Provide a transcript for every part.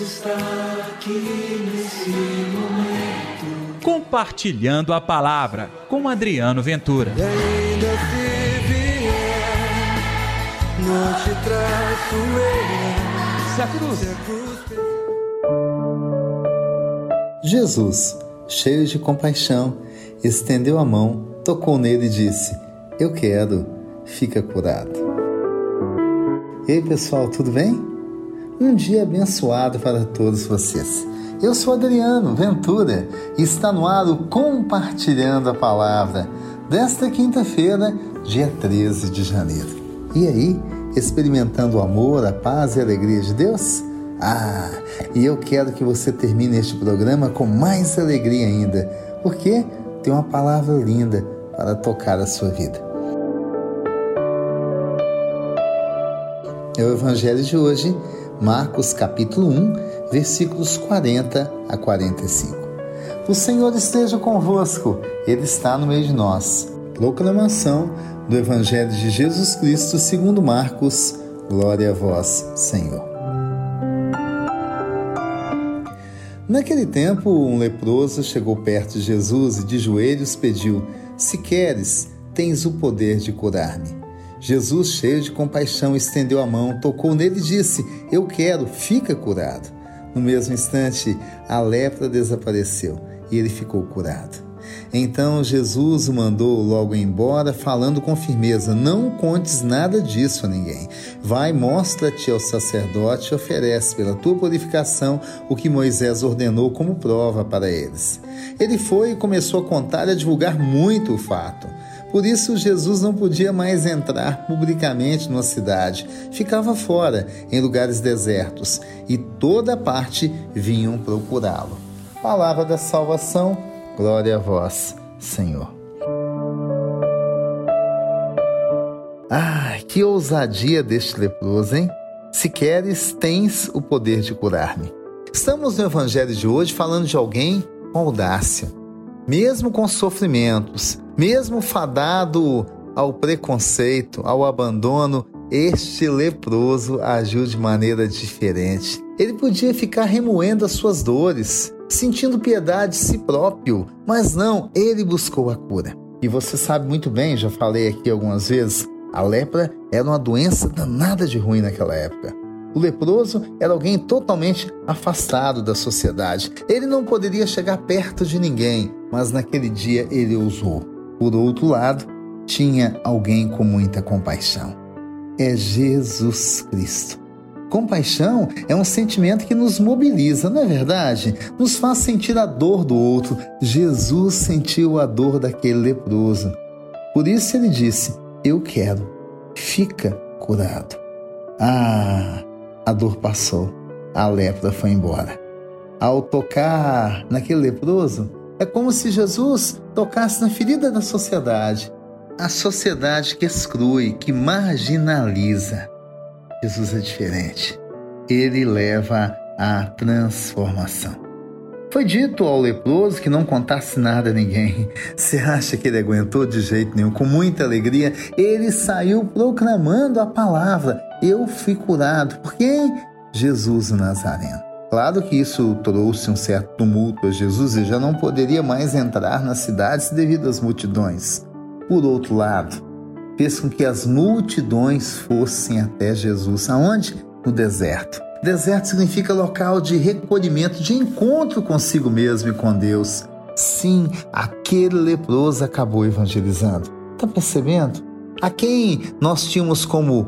está aqui nesse momento, Compartilhando a Palavra, com Adriano Ventura. e ainda se vier, não te traço eu, Se a cruz Jesus, cheio de compaixão, estendeu a mão, tocou nele e disse: eu quero, fica curado. E aí, pessoal, tudo bem? Um dia abençoado para todos vocês. Eu sou Adriano Ventura e está no ar o Compartilhando a Palavra desta quinta-feira, dia 13 de janeiro. E aí, experimentando o amor, a paz e a alegria de Deus? E eu quero que você termine este programa com mais alegria ainda, porque tem uma palavra linda para tocar a sua vida. É o Evangelho de hoje, Marcos capítulo 1, versículos 40 a 45. O Senhor esteja convosco, Ele está no meio de nós. Proclamação do Evangelho de Jesus Cristo segundo Marcos. Glória a vós, Senhor. Naquele tempo, um leproso chegou perto de Jesus e de joelhos pediu: se queres, tens o poder de curar-me. Jesus, cheio de compaixão, estendeu a mão, tocou nele e disse: eu quero, fica curado. No mesmo instante, a lepra desapareceu e ele ficou curado. Então Jesus o mandou logo embora, falando com firmeza: não contes nada disso a ninguém. Vai, mostra-te ao sacerdote e oferece pela tua purificação o que Moisés ordenou como prova para eles. Ele foi e começou a contar e a divulgar muito o fato. Por isso Jesus não podia mais entrar publicamente numa cidade. Ficava fora, em lugares desertos, e toda parte vinham procurá-lo. Palavra da salvação, glória a vós, Senhor. Que ousadia deste leproso, hein? Se queres, tens o poder de curar-me. Estamos no Evangelho de hoje falando de alguém com audácia. Mesmo com sofrimentos, mesmo fadado ao preconceito, ao abandono, este leproso agiu de maneira diferente. Ele podia ficar remoendo as suas dores, sentindo piedade de si próprio, mas não, ele buscou a cura. E você sabe muito bem, já falei aqui algumas vezes, a lepra era uma doença danada de ruim naquela época. O leproso era alguém totalmente afastado da sociedade. Ele não poderia chegar perto de ninguém, mas naquele dia ele ousou. Por outro lado, tinha alguém com muita compaixão. É Jesus Cristo. Compaixão é um sentimento que nos mobiliza, não é verdade? Nos faz sentir a dor do outro. Jesus sentiu a dor daquele leproso. Por isso ele disse: eu quero, fica curado. A dor passou, a lepra foi embora. Ao tocar naquele leproso, é como se Jesus tocasse na ferida da sociedade. A sociedade que exclui, que marginaliza. Jesus é diferente. Ele leva à transformação. Foi dito ao leproso que não contasse nada a ninguém. Você acha que ele aguentou? De jeito nenhum. Com muita alegria, ele saiu proclamando a palavra: eu fui curado. Por quem? Jesus o Nazareno. Claro que isso trouxe um certo tumulto a Jesus e já não poderia mais entrar nas cidades devido às multidões. Por outro lado, fez com que as multidões fossem até Jesus. Aonde? No deserto. Deserto significa local de recolhimento, de encontro consigo mesmo e com Deus. Sim, aquele leproso acabou evangelizando. Está percebendo? A quem nós tínhamos como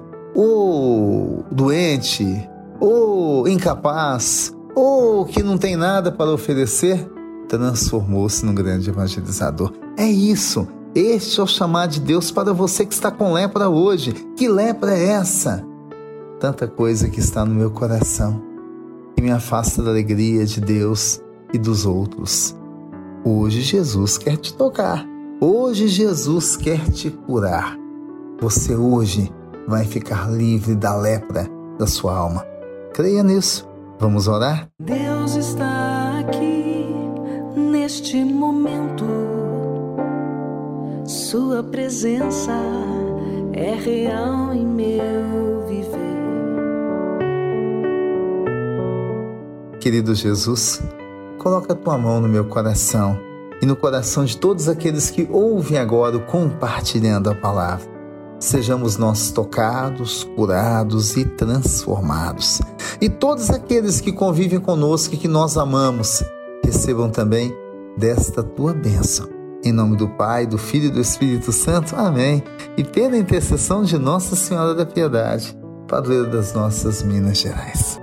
doente, incapaz, que não tem nada para oferecer, transformou-se num grande evangelizador. É isso. Este é o chamado de Deus para você que está com lepra hoje. Que lepra é essa? Tanta coisa que está no meu coração, que me afasta da alegria de Deus e dos outros. Hoje Jesus quer te tocar. Hoje Jesus quer te curar. Você hoje vai ficar livre da lepra da sua alma. Creia nisso. Vamos orar? Deus está aqui neste momento. Sua presença é real em meu viver. Querido Jesus, coloca a tua mão no meu coração e no coração de todos aqueles que ouvem agora o Compartilhando a Palavra. Sejamos nós tocados, curados e transformados. E todos aqueles que convivem conosco e que nós amamos, recebam também desta tua bênção. Em nome do Pai, do Filho e do Espírito Santo. Amém. E pela intercessão de Nossa Senhora da Piedade, padroeira das nossas Minas Gerais.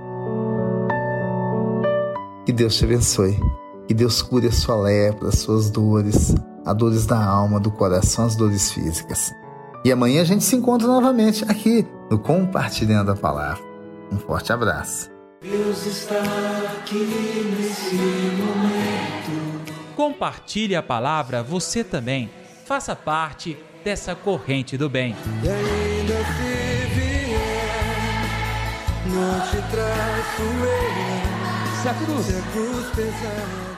Que Deus te abençoe. Que Deus cure a sua lepra, as suas dores, as dores da alma, do coração, as dores físicas. E amanhã a gente se encontra novamente aqui no Compartilhando a Palavra. Um forte abraço. Deus está aqui nesse momento. Compartilhe a palavra você também. Faça parte dessa corrente do bem. E ainda se vier, não te traço eu. Se a cruz pesar.